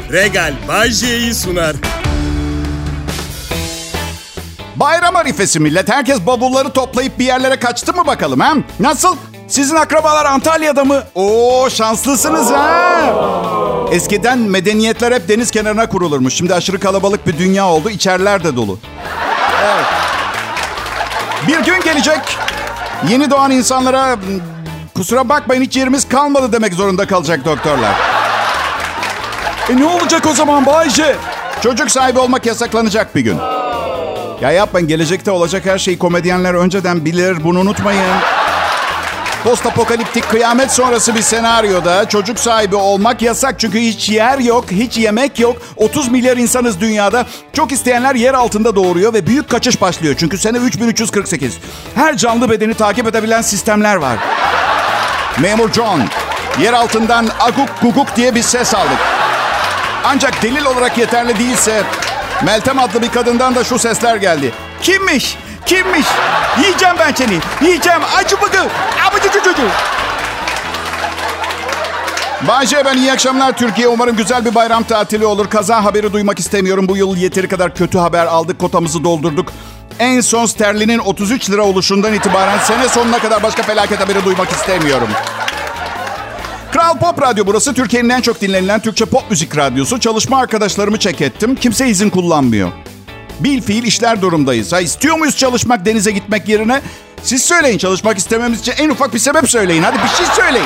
Regal Bajje'yi sunar. Bayram arifesi millet. Herkes bavulları toplayıp bir yerlere kaçtı mı bakalım ha? Nasıl? Sizin akrabalar Antalya'da mı? Oo, şanslısınız ha. Eskiden medeniyetler hep deniz kenarına kurulurmuş. Şimdi aşırı kalabalık bir dünya oldu. İçeriler de dolu. Evet. Bir gün gelecek. Yeni doğan insanlara kusura bakmayın hiç yerimiz kalmadı demek zorunda kalacak doktorlar. Ne olacak o zaman Bayce? Çocuk sahibi olmak yasaklanacak bir gün. Ya yapmayın, gelecekte olacak her şeyi komedyenler önceden bilir. Bunu unutmayın. Postapokaliptik kıyamet sonrası bir senaryoda çocuk sahibi olmak yasak. Çünkü hiç yer yok, hiç yemek yok. 30 milyar insanız dünyada. Çok isteyenler yer altında doğuruyor ve büyük kaçış başlıyor. Çünkü sene 3348. Her canlı bedeni takip edebilen sistemler var. Memur John, yer altından aguk guguk diye bir ses aldık. Ancak delil olarak yeterli değilse Meltem adlı bir kadından da şu sesler geldi. Kimmiş? Kimmiş? Yiyeceğim ben seni. Yiyeceğim. Acı bıgı. Abıcı çocuğu. Bayce ben, iyi akşamlar Türkiye. Umarım güzel bir bayram tatili olur. Kaza haberi duymak istemiyorum. Bu yıl yeteri kadar kötü haber aldık. Kotamızı doldurduk. En son sterlinin 33 lira oluşundan itibaren sene sonuna kadar başka felaket haberi duymak istemiyorum. Kral Pop Radyo burası. Türkiye'nin en çok dinlenilen Türkçe pop müzik radyosu. Çalışma arkadaşlarımı check ettim. Kimse izin kullanmıyor. Bilfiil işler durumdayız. İstiyor muyuz çalışmak, denize gitmek yerine? Siz söyleyin, çalışmak istememiz için en ufak bir sebep söyleyin. Hadi bir şey söyleyin.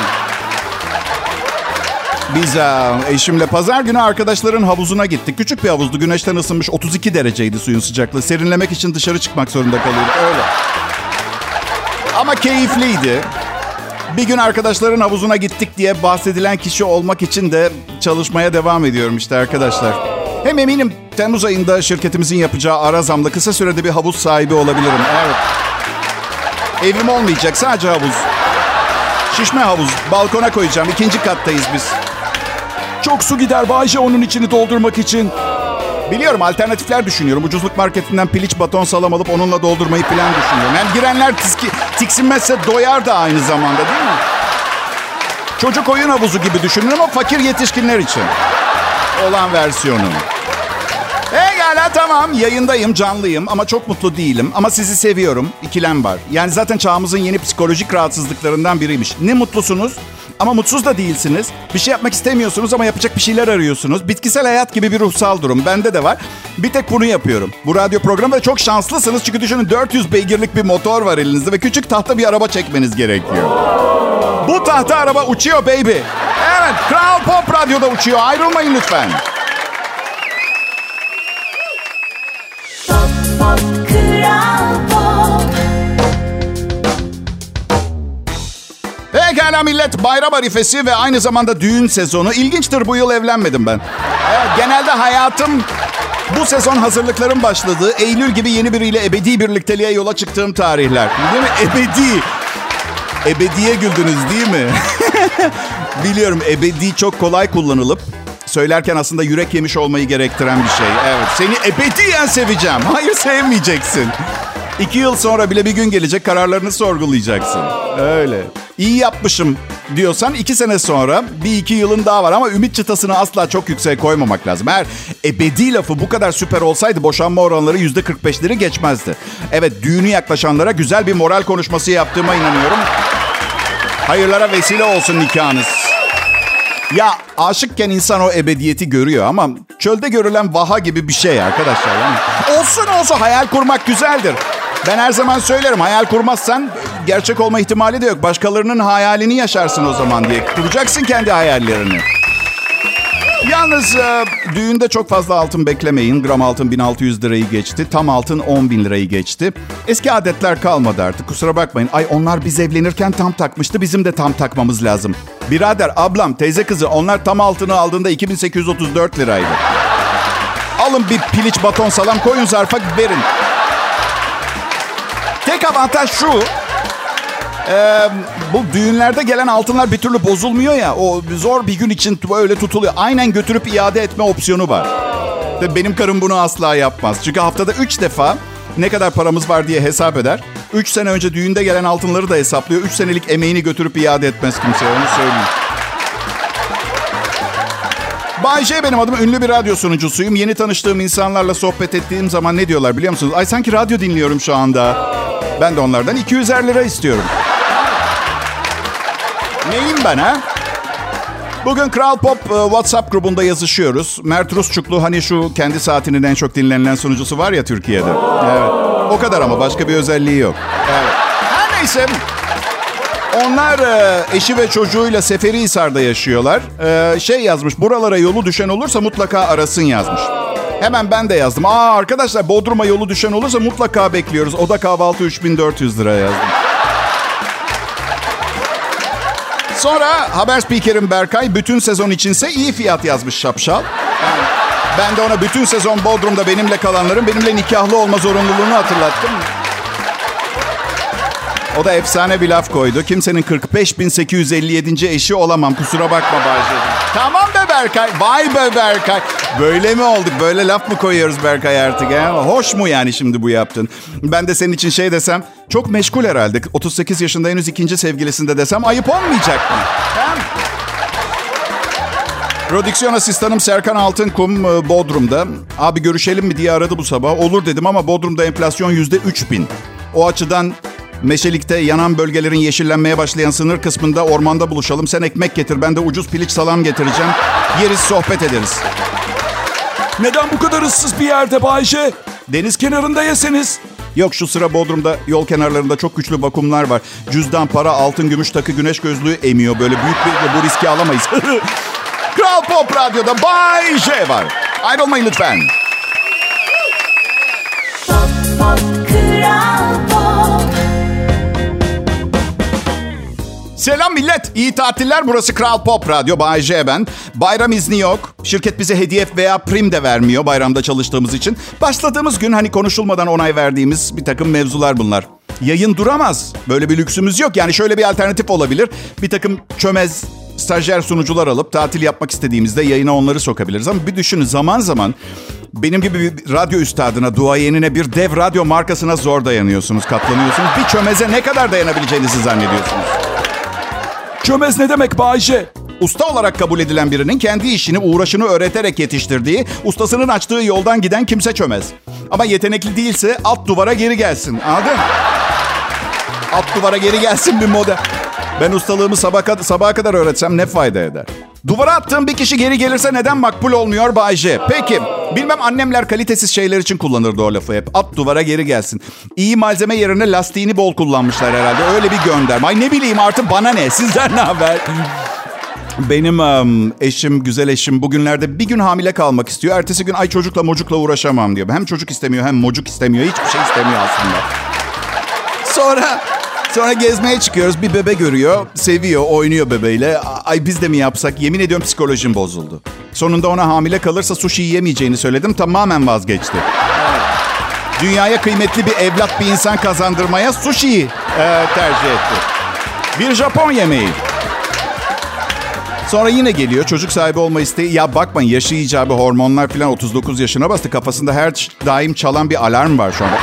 Biz eşimle pazar günü arkadaşların havuzuna gittik. Küçük bir havuzdu. Güneşten ısınmış, 32 dereceydi suyun sıcaklığı. Serinlemek için dışarı çıkmak zorunda kalıyorduk. Öyle. Ama keyifliydi. Bir gün arkadaşların havuzuna gittik diye bahsedilen kişi olmak için de çalışmaya devam ediyorum işte arkadaşlar. Hem eminim Temmuz ayında şirketimizin yapacağı ara zamla kısa sürede bir havuz sahibi olabilirim. Evet. Evim olmayacak, sadece havuz. Şişme havuz. Balkona koyacağım. 2. kattayız biz. Çok su gider Bayce onun içini doldurmak için. Biliyorum, alternatifler düşünüyorum. Ucuzluk marketinden piliç baton salam alıp onunla doldurmayı falan düşünüyorum. Hem girenler tiksinmezse doyar da aynı zamanda, değil mi? Çocuk oyun havuzu gibi düşünün ama fakir yetişkinler için olan versiyonu. Pekala, tamam, yayındayım, canlıyım ama çok mutlu değilim. Ama sizi seviyorum. İkilem var. Yani zaten çağımızın yeni psikolojik rahatsızlıklarından biriymiş. Ne mutlusunuz ama mutsuz da değilsiniz. Bir şey yapmak istemiyorsunuz ama yapacak bir şeyler arıyorsunuz. Bitkisel hayat gibi bir ruhsal durum. Bende de var. Bir tek bunu yapıyorum. Bu radyo programı da çok şanslısınız. Çünkü düşünün, 400 beygirlik bir motor var elinizde ve küçük tahta bir araba çekmeniz gerekiyor. Bu tahta araba uçuyor baby. Evet, Kral Pop Radyo'da uçuyor. Ayrılmayın lütfen. Pekala millet, bayram arifesi ve aynı zamanda düğün sezonu. İlginçtir, bu yıl evlenmedim ben. Evet, genelde hayatım bu sezon hazırlıkların başladığı, Eylül gibi yeni biriyle ebedi birlikteliğe yola çıktığım tarihler. Değil mi? Ebedi. Ebediye güldünüz değil mi? Biliyorum, ebedi çok kolay kullanılıp söylerken aslında yürek yemiş olmayı gerektiren bir şey. Evet, seni ebediyen seveceğim. Hayır, sevmeyeceksin. 2 yıl sonra bile bir gün gelecek, kararlarını sorgulayacaksın. Öyle. İyi yapmışım diyorsan 2 sene sonra 1-2 yılın daha var. Ama ümit çıtasını asla çok yükseğe koymamak lazım. Eğer ebedi lafı bu kadar süper olsaydı boşanma oranları %45'leri geçmezdi. Evet, düğünü yaklaşanlara güzel bir moral konuşması yaptığıma inanıyorum. Hayırlara vesile olsun nikahınız. Ya aşıkken insan o ebediyeti görüyor ama çölde görülen vaha gibi bir şey arkadaşlar. Yani olsun hayal kurmak güzeldir. Ben her zaman söylerim, hayal kurmazsan gerçek olma ihtimali de yok. Başkalarının hayalini yaşarsın o zaman diye. Kuracaksın kendi hayallerini. Yalnız düğünde çok fazla altın beklemeyin. Gram altın 1600 lirayı geçti. Tam altın 10.000 lirayı geçti. Eski adetler kalmadı artık. Kusura bakmayın. Ay, onlar biz evlenirken tam takmıştı. Bizim de tam takmamız lazım. Birader, ablam, teyze kızı, onlar tam altını aldığında 2834 liraydı. Alın bir piliç baton salam, koyun zarfa, verin. Tek avantaj şu. Bu düğünlerde gelen altınlar bir türlü bozulmuyor ya. O zor bir gün için öyle tutuluyor. Aynen götürüp iade etme opsiyonu var. Benim karım bunu asla yapmaz. Çünkü haftada 3 defa ne kadar paramız var diye hesap eder. 3 sene önce düğünde gelen altınları da hesaplıyor. 3 senelik emeğini götürüp iade etmez kimseye, onu söyleyeyim. Bay J benim adım. Ünlü bir radyo sunucusuyum. Yeni tanıştığım insanlarla sohbet ettiğim zaman ne diyorlar biliyor musunuz? Ay sanki radyo dinliyorum şu anda. Ben de onlardan 200'er lira istiyorum. Neyim ben ha? Bugün Kral Pop WhatsApp grubunda yazışıyoruz. Mert Rusçuklu hani şu kendi saatinin en çok dinlenilen sunucusu var ya Türkiye'de. Evet. O kadar ama başka bir özelliği yok. Evet. Her neyse. Onlar eşi ve çocuğuyla Seferihisar'da yaşıyorlar. Yazmış, buralara yolu düşen olursa mutlaka arasın yazmış. Hemen ben de yazdım. Arkadaşlar Bodrum'a yolu düşen olursa mutlaka bekliyoruz. Oda kahvaltı 3400 lira yazdım. Sonra haber spikerim Berkay bütün sezon içinse iyi fiyat yazmış şapşal. Ben de ona bütün sezon Bodrum'da benimle kalanların benimle nikahlı olma zorunluluğunu hatırlattım. O da efsane bir laf koydu. Kimsenin 45.857. eşi olamam. Kusura bakma Bayce. Tamam be Berkay. Vay be Berkay. Böyle mi olduk? Böyle laf mı koyuyoruz Berkay artık? He? Hoş mu yani şimdi bu yaptın? Ben de senin için desem. Çok meşgul herhalde. 38 yaşında henüz ikinci sevgilisinde desem ayıp olmayacak mı? Tamam. Prodüksiyon asistanım Serkan Altınkum Bodrum'da. Abi görüşelim mi diye aradı bu sabah. Olur dedim ama Bodrum'da enflasyon %3000. O açıdan Meşelik'te yanan bölgelerin yeşillenmeye başlayan sınır kısmında ormanda buluşalım. Sen ekmek getir, ben de ucuz piliç salam getireceğim. Yeriz, sohbet ederiz. Neden bu kadar ıssız bir yerde Bayce? Deniz kenarında yeseniz. Yok şu sıra Bodrum'da yol kenarlarında çok güçlü vakumlar var. Cüzdan, para, altın, gümüş takı, güneş gözlüğü emiyor. Böyle büyük bu riski alamayız. Kral Pop Radyo'da Bay J var. Ayrılmayın lütfen. Pop, pop, Kral Pop. Selam millet. İyi tatiller. Burası Kral Pop Radyo. Bay J ben. Bayram izni yok. Şirket bize hediye veya prim de vermiyor bayramda çalıştığımız için. Başladığımız gün hani konuşulmadan onay verdiğimiz bir takım mevzular bunlar. Yayın duramaz. Böyle bir lüksümüz yok. Yani şöyle bir alternatif olabilir. Bir takım çömez stajyer sunucular alıp tatil yapmak istediğimizde yayına onları sokabiliriz. Ama bir düşünün zaman zaman benim gibi bir radyo üstadına, duayenine, bir dev radyo markasına zor dayanıyorsunuz, katlanıyorsunuz. Bir çömeze ne kadar dayanabileceğinizi zannediyorsunuz. Çömez ne demek Bayce? Usta olarak kabul edilen birinin kendi işini, uğraşını öğreterek yetiştirdiği, ustasının açtığı yoldan giden kimse çömez. Ama yetenekli değilse alt duvara geri gelsin. Anladın? Alt duvara geri gelsin bir moda. Ben ustalığımı sabaha kadar öğretsem ne fayda eder? Duvara attığım bir kişi geri gelirse neden makbul olmuyor Bayce? Peki, bilmem annemler kalitesiz şeyler için kullanırdı o lafı hep. At duvara geri gelsin. İyi malzeme yerine lastiğini bol kullanmışlar herhalde. Öyle bir gönderme. Ay ne bileyim artık bana ne? Sizden ne haber? Benim eşim, güzel eşim bugünlerde bir gün hamile kalmak istiyor. Ertesi gün ay çocukla mocukla uğraşamam diyor. Hem çocuk istemiyor hem mocuk istemiyor. Hiçbir şey istemiyor aslında. Sonra gezmeye çıkıyoruz. Bir bebe görüyor. Seviyor, oynuyor bebeğiyle. Ay biz de mi yapsak? Yemin ediyorum psikolojim bozuldu. Sonunda ona hamile kalırsa sushi yiyemeyeceğini söyledim. Tamamen vazgeçti. Dünyaya kıymetli bir evlat, bir insan kazandırmaya sushi'yi tercih etti. Bir Japon yemeği. Sonra yine geliyor çocuk sahibi olma isteği. Ya bakmayın yaşı icabı hormonlar falan 39 yaşına bastı. Kafasında her daim çalan bir alarm var şu anda.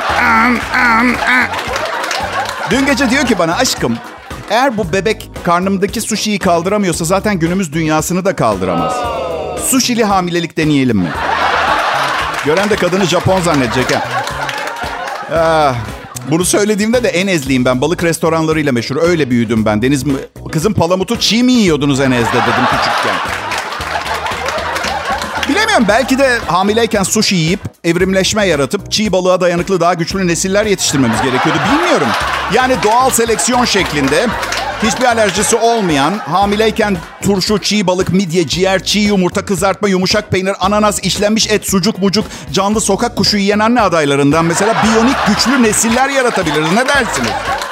Dün gece diyor ki bana aşkım eğer bu bebek karnımdaki sushi'yi kaldıramıyorsa zaten günümüz dünyasını da kaldıramaz. Sushi'li hamilelik deneyelim mi? Gören de kadını Japon zannedecek ha. Bunu söylediğimde de Enezliyim ben. Balık restoranlarıyla meşhur. Öyle büyüdüm ben. Kızım palamutu çiğ mi yiyordunuz Enez'de dedim küçükken. Bilemiyorum belki de hamileyken sushi yiyip evrimleşme yaratıp çiğ balığa dayanıklı daha güçlü nesiller yetiştirmemiz gerekiyordu. Bilmiyorum. Yani doğal seleksiyon şeklinde hiçbir alerjisi olmayan, hamileyken turşu, çiğ balık, midye, ciğer, çiğ yumurta, kızartma, yumuşak peynir, ananas, işlenmiş et, sucuk, mucuk, canlı sokak kuşu yiyen anne adaylarından mesela biyonik güçlü nesiller yaratabiliriz. Ne dersiniz?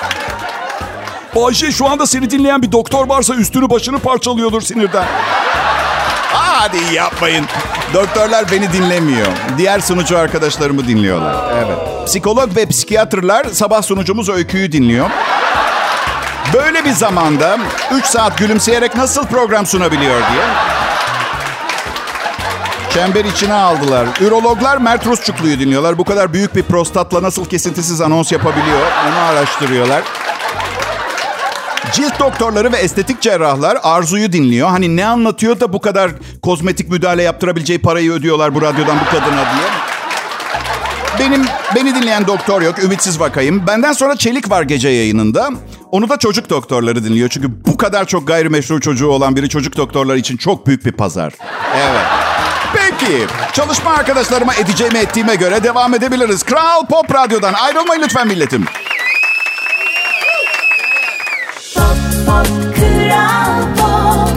Bayce şu anda seni dinleyen bir doktor varsa üstünü başını parçalıyordur sinirden. Hadi yapmayın. Doktorlar beni dinlemiyor. Diğer sunucu arkadaşlarımı dinliyorlar. Evet. Psikolog ve psikiyatrlar sabah sunucumuz Öykü'yü dinliyor. Böyle bir zamanda 3 saat gülümseyerek nasıl program sunabiliyor diye çember içine aldılar. Ürologlar Mert Rusçuklu'yu dinliyorlar. Bu kadar büyük bir prostatla nasıl kesintisiz anons yapabiliyor onu araştırıyorlar. Cilt doktorları ve estetik cerrahlar Arzu'yu dinliyor. Hani ne anlatıyor da bu kadar kozmetik müdahale yaptırabileceği parayı ödüyorlar bu radyodan bu kadına diye. Beni dinleyen doktor yok. Ümitsiz vakayım. Benden sonra Çelik var gece yayınında. Onu da çocuk doktorları dinliyor. Çünkü bu kadar çok gayrimeşru çocuğu olan biri çocuk doktorları için çok büyük bir pazar. Evet. Peki. Çalışma arkadaşlarıma edeceğimi ettiğime göre devam edebiliriz. Kral Pop Radyo'dan ayrılmayın lütfen milletim. Kral Pop.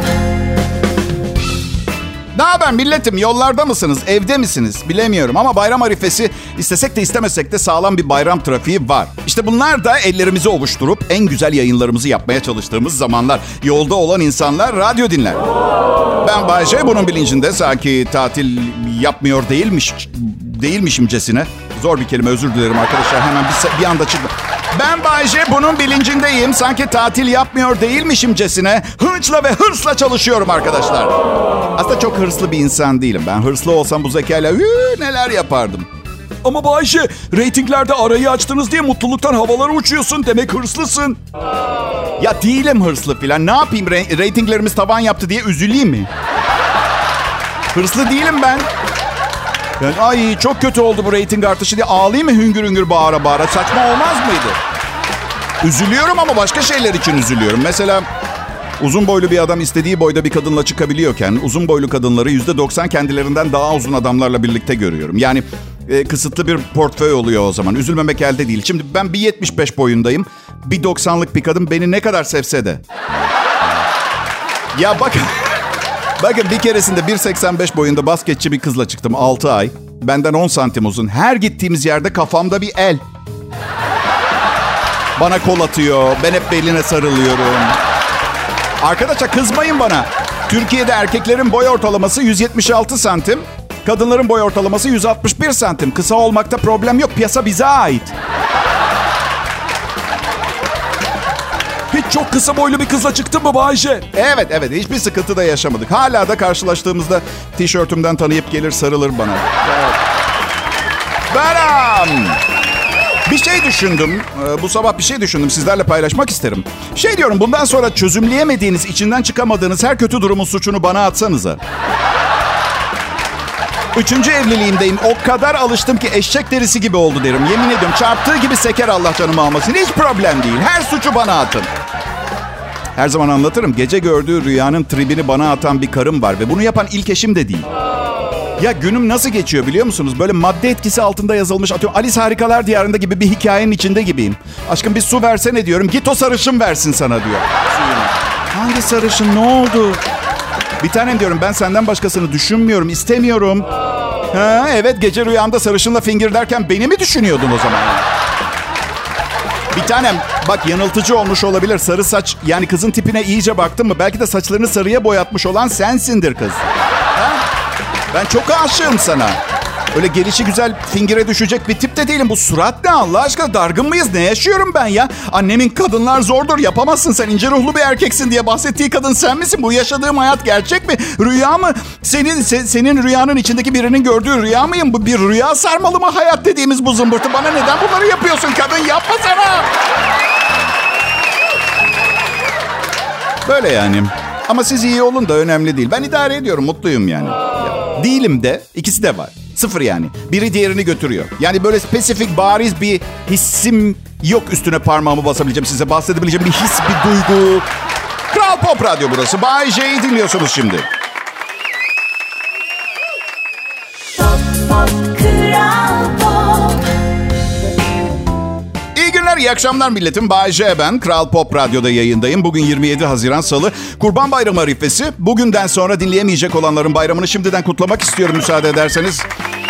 Ne haber milletim? Yollarda mısınız? Evde misiniz? Bilemiyorum ama bayram arifesi istesek de istemesek de sağlam bir bayram trafiği var. İşte bunlar da ellerimizi ovuşturup en güzel yayınlarımızı yapmaya çalıştığımız zamanlar. Yolda olan insanlar radyo dinler. Ben Bay J bunun bilincinde sanki tatil yapmıyor değilmişimcesine. Zor bir kelime, özür dilerim arkadaşlar, hemen bir anda çıktı. Ben Bay J bunun bilincindeyim. Sanki tatil yapmıyor değilmişimcesine hınçla ve hırsla çalışıyorum arkadaşlar. Aslında çok hırslı bir insan değilim. Ben hırslı olsam bu zekayla neler yapardım. Ama Bayşe, reytinglerde arayı açtınız diye mutluluktan havalara uçuyorsun. Demek hırslısın. Ya değilim hırslı filan. Ne yapayım, reytinglerimiz tavan yaptı diye üzüleyim mi? Hırslı değilim ben. Yani, ay çok kötü oldu bu reyting artışı diye ağlayayım mı hüngür hüngür bağıra bağıra? Saçma olmaz mıydı? Üzülüyorum ama başka şeyler için üzülüyorum. Mesela uzun boylu bir adam istediği boyda bir kadınla çıkabiliyorken uzun boylu kadınları %90 kendilerinden daha uzun adamlarla birlikte görüyorum. Yani kısıtlı bir portföy oluyor o zaman. Üzülmemek elde değil. Şimdi ben 1.75 boyundayım. 1.90'lık bir kadın beni ne kadar sevse de. Ya bakın bir keresinde 1.85 boyunda basketçi bir kızla çıktım 6 ay. Benden 10 santim uzun. Her gittiğimiz yerde kafamda bir el. Bana kol atıyor. Ben hep beline sarılıyorum. Arkadaşlar kızmayın bana. Türkiye'de erkeklerin boy ortalaması 176 santim. Kadınların boy ortalaması 161 santim. Kısa olmakta problem yok. Piyasa bize ait. Hiç çok kısa boylu bir kızla çıktın mı Bayşe? Evet. Hiçbir sıkıntı da yaşamadık. Hala da karşılaştığımızda tişörtümden tanıyıp gelir sarılır bana. Evet. Beram! Bir şey düşündüm. Bu sabah bir şey düşündüm. Sizlerle paylaşmak isterim. Diyorum, bundan sonra çözümleyemediğiniz, içinden çıkamadığınız her kötü durumun suçunu bana atsanıza. 3. evliliğimdeyim. O kadar alıştım ki eşek derisi gibi oldu derim. Yemin ediyorum, çarptığı gibi seker Allah canımı almasın. Hiç problem değil. Her suçu bana atın. Her zaman anlatırım. Gece gördüğü rüyanın tribini bana atan bir karım var. Ve bunu yapan ilk eşim de değil. Ya günüm nasıl geçiyor biliyor musunuz? Böyle madde etkisi altında yazılmış, atıyorum Alice Harikalar Diyarında gibi bir hikayenin içinde gibiyim. Aşkım bir su versene diyorum. Git o sarışın versin sana diyor. Suyunu. Hangi sarışın, ne oldu? Bir tanem diyorum, ben senden başkasını düşünmüyorum, istemiyorum. Ha, evet, gece rüyanda sarışınla fingir derken beni mi düşünüyordun o zaman? Bir tanem bak, yanıltıcı olmuş olabilir. Sarı saç, yani kızın tipine iyice baktın mı? Belki de saçlarını sarıya boyatmış olan sensindir kız. Ha? Ben çok aşığım sana. Öyle gelişi güzel fingire düşecek bir tip de değilim. Bu surat ne Allah aşkına, dargın mıyız? Ne yaşıyorum ben ya? Annemin kadınlar zordur, yapamazsın sen, ince ruhlu bir erkeksin diye bahsettiği kadın sen misin? Bu yaşadığım hayat gerçek mi? Rüya mı? Senin rüyanın içindeki birinin gördüğü rüya mıyım? Bu bir rüya sarmalı mı hayat dediğimiz bu zımbırtı? Bana neden bunları yapıyorsun kadın? Yapma sana! Böyle yani. Ama siz iyi olun da önemli değil. Ben idare ediyorum, mutluyum yani. Değilim de, ikisi de var. Sıfır yani. Biri diğerini götürüyor. Yani böyle spesifik, bariz bir hissim yok, üstüne parmağımı basabileceğim, size bahsedebileceğim bir his, bir duygu. Kral Pop Radyo burası. Bay J'yi dinliyorsunuz şimdi. Kral Pop. İyi günler, iyi akşamlar milletim. Bay J ben. Kral Pop Radyo'da yayındayım. Bugün 27 Haziran Salı. Kurban Bayramı arifesi. Bugünden sonra dinleyemeyecek olanların bayramını şimdiden kutlamak istiyorum müsaade ederseniz.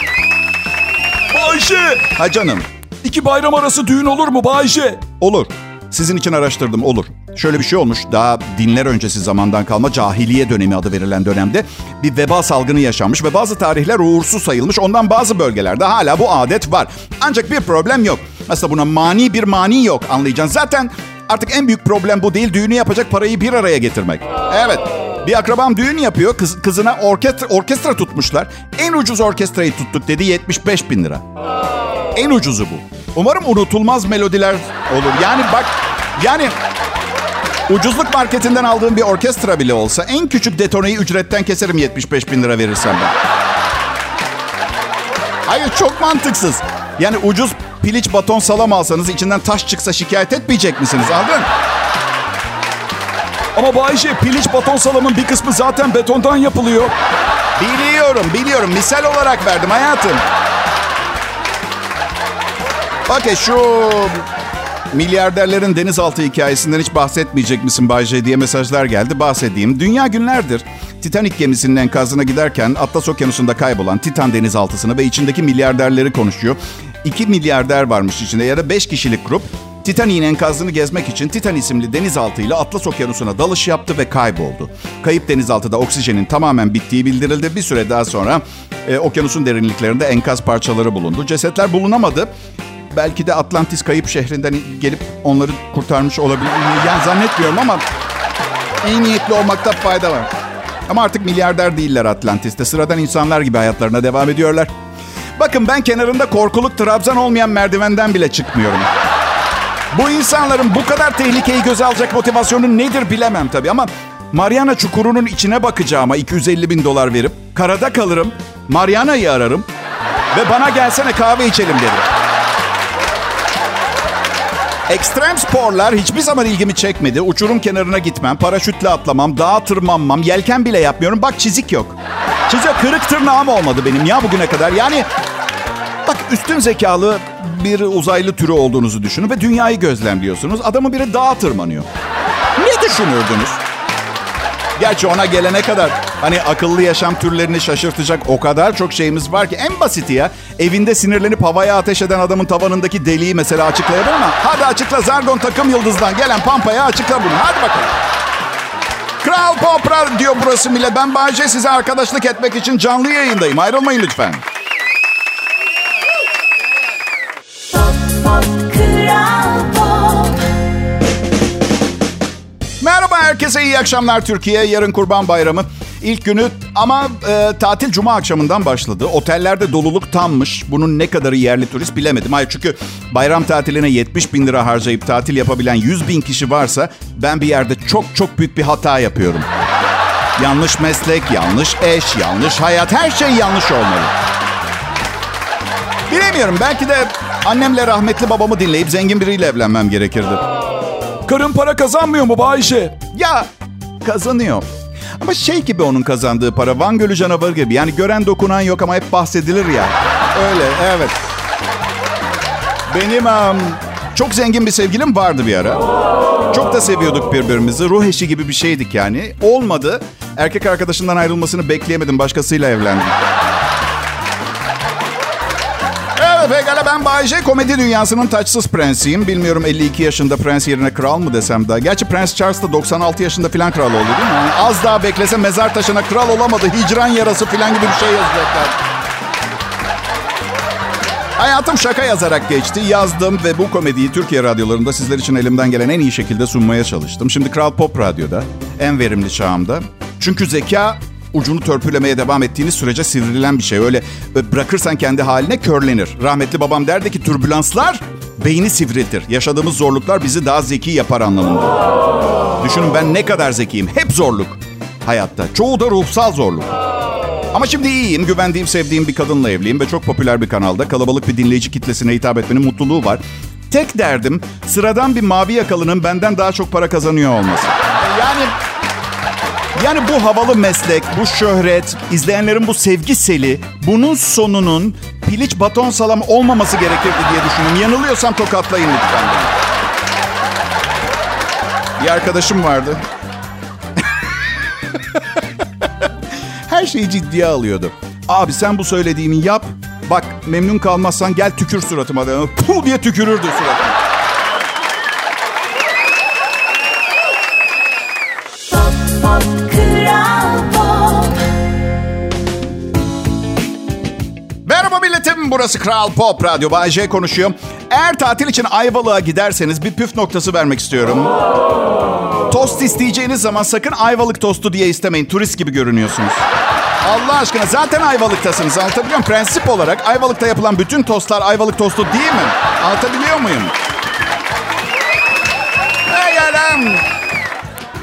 Bayşe! Ha canım. 2 bayram arası düğün olur mu Bayşe? Olur. Sizin için araştırdım, olur. Şöyle bir şey olmuş. Daha dinler öncesi zamandan kalma cahiliye dönemi adı verilen dönemde bir veba salgını yaşanmış ve bazı tarihler uğursuz sayılmış. Ondan bazı bölgelerde hala bu adet var. Ancak bir problem yok. Aslında buna mani yok, anlayacaksın. Zaten artık en büyük problem bu değil. Düğünü yapacak parayı bir araya getirmek. Evet. Bir akrabam düğün yapıyor. Kızına orkestra tutmuşlar. En ucuz orkestrayı tuttuk dedi, 75.000 lira. En ucuzu bu. Umarım unutulmaz melodiler olur. Yani bak, yani Ucuzluk marketinden aldığım bir orkestra bile olsa en küçük detoneyi ücretten keserim 75 bin lira verirsem ben. Hayır, çok mantıksız. Yani ucuz piliç baton salam alsanız içinden taş çıksa şikayet etmeyecek misiniz? Anladın? Ama Bayşe, piliç baton salamın bir kısmı zaten betondan yapılıyor. Biliyorum. Misal olarak verdim hayatım. Bakın şu milyarderlerin denizaltı hikayesinden hiç bahsetmeyecek misin Bayce diye mesajlar geldi. Bahsedeyim. Dünya günlerdir Titanic gemisinin enkazına giderken Atlas Okyanusu'nda kaybolan Titan denizaltısını ve içindeki milyarderleri konuşuyor. 2 milyarder varmış içinde ya da 5 kişilik grup. Titanic'in enkazını gezmek için Titan isimli denizaltıyla Atlas Okyanusu'na dalış yaptı ve kayboldu. Kayıp denizaltıda oksijenin tamamen bittiği bildirildi. Bir süre daha sonra okyanusun derinliklerinde enkaz parçaları bulundu. Cesetler bulunamadı. Belki de Atlantis kayıp şehrinden gelip onları kurtarmış olabilir. Yani zannetmiyorum ama iyi niyetli olmakta fayda var. Ama artık milyarder değiller Atlantis'te. Sıradan insanlar gibi hayatlarına devam ediyorlar. Bakın, ben kenarında korkuluk trabzan olmayan merdivenden bile çıkmıyorum. Bu insanların bu kadar tehlikeyi göze alacak motivasyonu nedir bilemem tabii. Ama Mariana Çukuru'nun içine bakacağıma 250 bin dolar verip karada kalırım. Mariana'yı ararım ve bana gelsene kahve içelim derim. Ekstrem sporlar hiçbir zaman ilgimi çekmedi. Uçurum kenarına gitmem, paraşütle atlamam, dağa tırmanmam, yelken bile yapmıyorum. Bak, çizik yok. Kırık tırnağım olmadı benim ya bugüne kadar. Yani bak, üstün zekalı bir uzaylı türü olduğunuzu düşünün ve dünyayı gözlemliyorsunuz. Adamın biri dağa tırmanıyor. Ne düşünürdünüz? Gerçi ona gelene kadar hani akıllı yaşam türlerini şaşırtacak o kadar çok şeyimiz var ki. En basiti ya, evinde sinirlenip havaya ateş eden adamın tavanındaki deliği mesela açıklayabilir ama hadi açıkla, Zargon takım yıldızdan gelen Pampa'ya açıkla bunu. Hadi bakalım. Kral Pop Radyo burası millet. Ben Bayce, size arkadaşlık etmek için canlı yayındayım. Ayrılmayın lütfen. Kral Pop. Merhaba herkese, iyi akşamlar Türkiye. Yarın Kurban Bayramı. İlk günü ama tatil cuma akşamından başladı. Otellerde doluluk tammış. Bunun ne kadarı yerli turist bilemedim. Hayır, çünkü bayram tatiline 70 bin lira harcayıp tatil yapabilen 100 bin kişi varsa ben bir yerde çok büyük bir hata yapıyorum. Yanlış meslek, yanlış eş, yanlış hayat, her şey yanlış olmalı. Bilemiyorum, belki de annemle rahmetli babamı dinleyip zengin biriyle evlenmem gerekirdi. Karın para kazanmıyor mu Bayşe? Ya, kazanıyor. Ama şey gibi onun kazandığı para, Van Gölü canavarı gibi. Yani gören dokunan yok ama hep bahsedilir ya. Öyle, evet. Benim çok zengin bir sevgilim vardı bir ara. Çok da seviyorduk birbirimizi. Ruh eşi gibi bir şeydik yani. Olmadı. Erkek arkadaşından ayrılmasını bekleyemedim. Başkasıyla evlendim. Evet, pekala, ben Bayce. Komedi dünyasının taçsız prensiyim. Bilmiyorum 52 yaşında prens yerine kral mı desem daha. Gerçi Prens Charles da 96 yaşında falan kral oldu değil mi? Yani az daha beklese mezar taşına kral olamadı. Hicran yarası falan gibi bir şey yazacaklar. Hayatım şaka yazarak geçti. Yazdım ve bu komediyi Türkiye radyolarında sizler için elimden gelen en iyi şekilde sunmaya çalıştım. Şimdi Kral Pop Radyo'da, en verimli çağımda. Çünkü zeka ucunu törpülemeye devam ettiğiniz sürece sivrilen bir şey. Öyle bırakırsan kendi haline körlenir. Rahmetli babam derdi ki türbülanslar beyni sivriltir. Yaşadığımız zorluklar bizi daha zeki yapar anlamında. Düşünün, ben ne kadar zekiyim. Hep zorluk hayatta. Çoğu da ruhsal zorluk. Ama şimdi iyiyim. Güvendiğim, sevdiğim bir kadınla evliyim ve çok popüler bir kanalda kalabalık bir dinleyici kitlesine hitap etmenin mutluluğu var. Tek derdim sıradan bir mavi yakalının benden daha çok para kazanıyor olması. Yani bu havalı meslek, bu şöhret, izleyenlerin bu sevgi seli, bunun sonunun piliç baton salam olmaması gerekirdi diye düşünüyorum. Yanılıyorsam tokatlayın lütfen. Bir arkadaşım vardı. Her şeyi ciddiye alıyordu. Abi sen bu söylediğimi yap. Bak, memnun kalmazsan gel tükür suratıma. Puh diye tükürürdü suratıma. Merhaba milletim, burası Kral Pop Radyo. Bay J konuşuyor. Eğer tatil için Ayvalık'a giderseniz bir püf noktası vermek istiyorum. Tost isteyeceğiniz zaman sakın Ayvalık tostu diye istemeyin. Turist gibi görünüyorsunuz. Allah aşkına, zaten Ayvalık'tasınız. Anlatabiliyor muyum? Prensip olarak Ayvalık'ta yapılan bütün tostlar Ayvalık tostu değil mi? Anlatabiliyor muyum?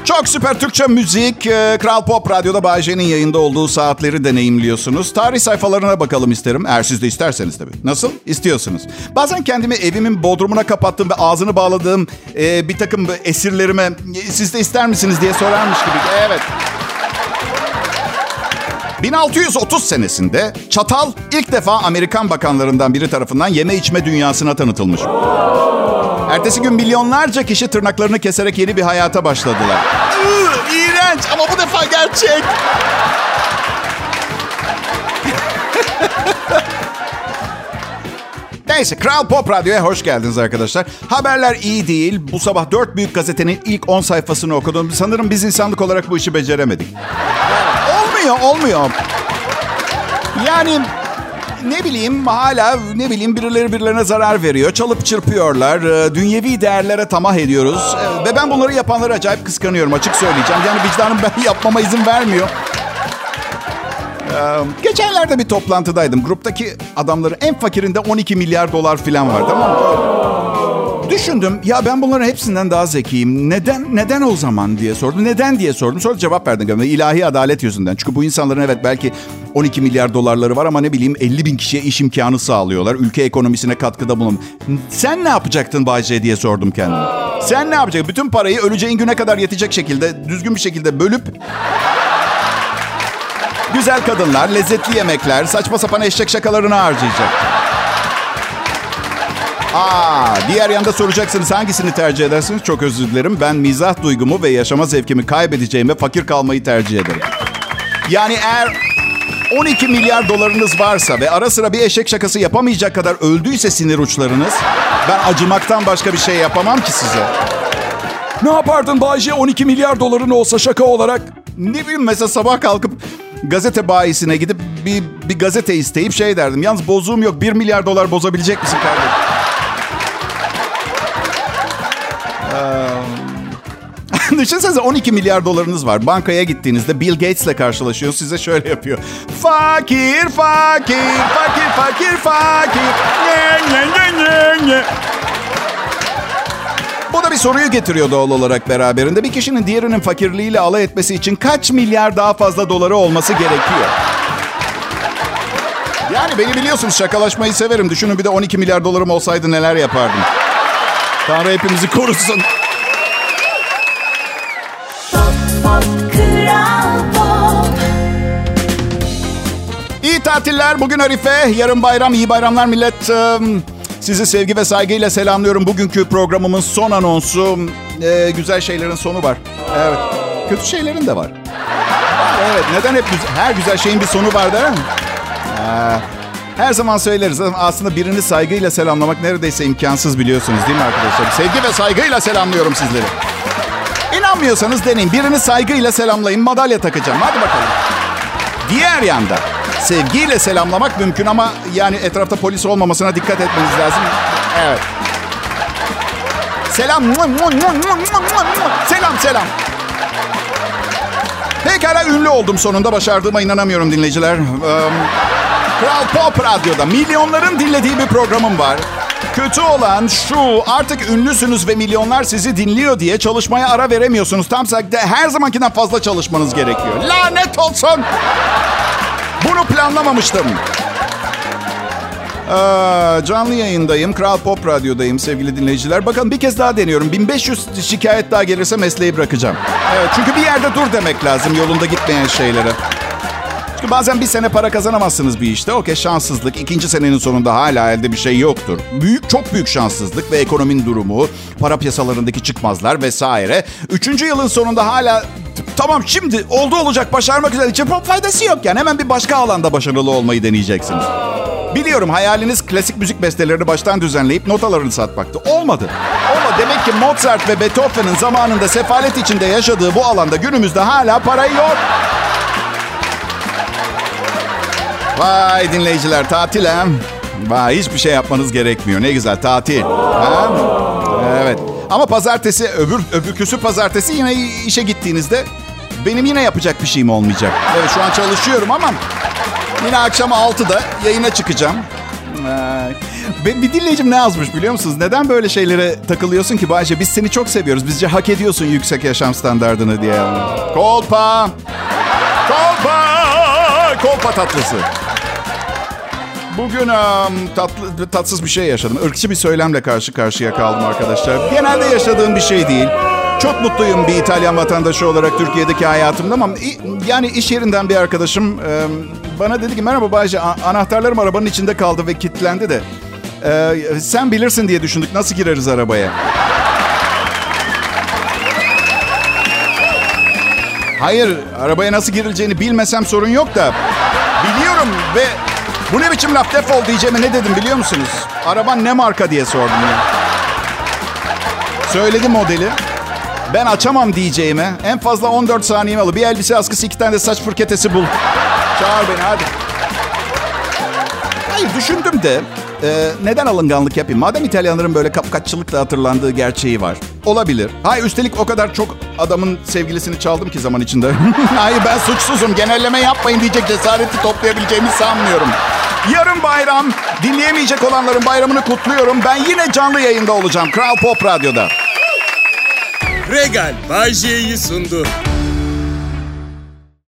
Çok süper Türkçe müzik. Kral Pop Radyo'da Bay J'nin yayında olduğu saatleri deneyimliyorsunuz. Tarih sayfalarına bakalım isterim. Eğer siz de isterseniz tabii. Nasıl? İstiyorsunuz. Bazen kendimi evimin bodrumuna kapattığım ve ağzını bağladığım bir takım esirlerime siz de ister misiniz diye sorarmış gibi. Evet. 1630 senesinde çatal ilk defa Amerikan bakanlarından biri tarafından yeme içme dünyasına tanıtılmış. Ertesi gün milyonlarca kişi tırnaklarını keserek yeni bir hayata başladılar. İğrenç ama bu defa gerçek. Neyse, Kral Pop Radyo'ya hoş geldiniz arkadaşlar. Haberler iyi değil. Bu sabah 4 büyük gazetenin ilk 10 sayfasını okudum. Sanırım biz insanlık olarak bu işi beceremedik. Olmuyor. Yani hala birileri birilerine zarar veriyor. Çalıp çırpıyorlar. Dünyevi değerlere tamah ediyoruz. Ve ben bunları yapanları acayip kıskanıyorum. Açık söyleyeceğim. Yani vicdanım ben yapmama izin vermiyor. Geçenlerde bir toplantıdaydım. Gruptaki adamların en fakirinde 12 milyar dolar falan var, tamam mı? Düşündüm, ya ben bunların hepsinden daha zekiyim. Neden o zaman diye sordum. Neden diye sordum. Sonra cevap verdim. İlahi adalet yüzünden. Çünkü bu insanların evet belki 12 milyar dolarları var ama 50 bin kişiye iş imkanı sağlıyorlar. Ülke ekonomisine katkıda bulun. Sen ne yapacaktın Bay J diye sordum kendime. Sen ne yapacaktın? Bütün parayı öleceğin güne kadar yetecek şekilde, düzgün bir şekilde bölüp... Güzel kadınlar, lezzetli yemekler, saçma sapan eşek şakalarını harcayacak. Diğer yanda soracaksınız hangisini tercih edersiniz? Çok özür dilerim. Ben mizah duygumu ve yaşama zevkimi kaybedeceğime fakir kalmayı tercih ederim. Yani eğer 12 milyar dolarınız varsa ve ara sıra bir eşek şakası yapamayacak kadar öldüyse sinir uçlarınız, ben acımaktan başka bir şey yapamam ki size. Ne yapardın Bay J 12 milyar doların olsa şaka olarak? Ne bileyim, mesela sabah kalkıp gazete bayisine gidip bir gazete isteyip şey derdim. Yalnız bozuğum yok, 1 milyar dolar bozabilecek misin kardeşim? Düşünsenize 12 milyar dolarınız var. Bankaya gittiğinizde Bill Gates'le karşılaşıyor. Size şöyle yapıyor. Fakir. Bu da bir soruyu getiriyor doğal olarak beraberinde. Bir kişinin diğerinin fakirliğiyle alay etmesi için kaç milyar daha fazla doları olması gerekiyor? Yani beni biliyorsunuz, şakalaşmayı severim. Düşünün bir de 12 milyar dolarım olsaydı neler yapardım. Tanrı hepimizi korusun. İyi tatiller. Bugün Arife. Yarın bayram. İyi bayramlar millet. Sizi sevgi ve saygıyla selamlıyorum. Bugünkü programımın son anonsu. Güzel şeylerin sonu var. Evet. Kötü şeylerin de var. Evet. Neden hep her güzel şeyin bir sonu var değil mi? Her zaman söyleriz. Aslında birini saygıyla selamlamak neredeyse imkansız, biliyorsunuz değil mi arkadaşlar? Sevgi ve saygıyla selamlıyorum sizleri. İnanmıyorsanız deneyin. Birini saygıyla selamlayın. Madalya takacağım. Hadi bakalım. Diğer yanda sevgiyle selamlamak mümkün ama yani etrafta polis olmamasına dikkat etmeniz lazım. Evet. Selam. Selam. Pekala, ünlü oldum sonunda. Başardığıma inanamıyorum dinleyiciler. Kral Pop Radyo'da milyonların dinlediği bir programım var. Kötü olan şu, artık ünlüsünüz ve milyonlar sizi dinliyor diye çalışmaya ara veremiyorsunuz. Tam her zamankinden fazla çalışmanız gerekiyor. Lanet olsun! Bunu planlamamıştım. Canlı yayındayım. Kral Pop Radyo'dayım sevgili dinleyiciler. Bakın bir kez daha deniyorum. 1500 şikayet daha gelirse mesleği bırakacağım. Evet, çünkü bir yerde dur demek lazım yolunda gitmeyen şeylere. Çünkü bazen bir sene para kazanamazsınız bir işte. Okey, şanssızlık. 2. senenin sonunda hala elde bir şey yoktur. Çok büyük şanssızlık ve ekonominin durumu, para piyasalarındaki çıkmazlar vesaire. 3. yılın sonunda hala tamam şimdi olacak, başarmak üzere için faydası yok yani. Hemen bir başka alanda başarılı olmayı deneyeceksiniz. Biliyorum hayaliniz klasik müzik bestelerini baştan düzenleyip notalarını satmaktı. Olmadı. Demek ki Mozart ve Beethoven'ın zamanında sefalet içinde yaşadığı bu alanda günümüzde hala para yok. Vay dinleyiciler, tatil ha? Vay, hiçbir şey yapmanız gerekmiyor. Ne güzel tatil. Ha? Evet. Ama pazartesi, öbürküsü pazartesi yine işe gittiğinizde benim yine yapacak bir şeyim olmayacak. Evet, şu an çalışıyorum ama yine akşam 6'da yayına çıkacağım. Bir dinleyicim ne yazmış biliyor musunuz? Neden böyle şeylere takılıyorsun ki Bayce? Biz seni çok seviyoruz. Bizce hak ediyorsun yüksek yaşam standardını diye. Kolpa. Kolpa. Kolpa tatlısı. Bugün tatsız bir şey yaşadım. Irkçı bir söylemle karşı karşıya kaldım arkadaşlar. Genelde yaşadığım bir şey değil. Çok mutluyum bir İtalyan vatandaşı olarak Türkiye'deki hayatımda ama yani iş yerinden bir arkadaşım bana dedi ki merhaba Bayce, anahtarlarım arabanın içinde kaldı ve kilitlendi de sen bilirsin diye düşündük, nasıl gireriz arabaya? Hayır, arabaya nasıl girileceğini bilmesem sorun yok da biliyorum ve bu ne biçim laf, defol diyeceğime ne dedim biliyor musunuz? Araban ne marka diye sordum ya. Söyledim modeli. Ben açamam diyeceğime en fazla 14 saniyemi alır. Bir elbise askısı, 2 tane de saç fırketesi bul. Çağır beni hadi. Hayır, düşündüm de neden alınganlık yapayım? Madem İtalyanların böyle kapkaççılıkla hatırlandığı gerçeği var. Olabilir. Hayır, üstelik o kadar çok adamın sevgilisini çaldım ki zaman içinde. Hayır, ben suçsuzum, genelleme yapmayın diyecek cesareti toplayabileceğimi sanmıyorum. Yarın bayram. Dinleyemeyecek olanların bayramını kutluyorum. Ben yine canlı yayında olacağım Kral Pop Radyo'da. Regal Bay J'yi sundu.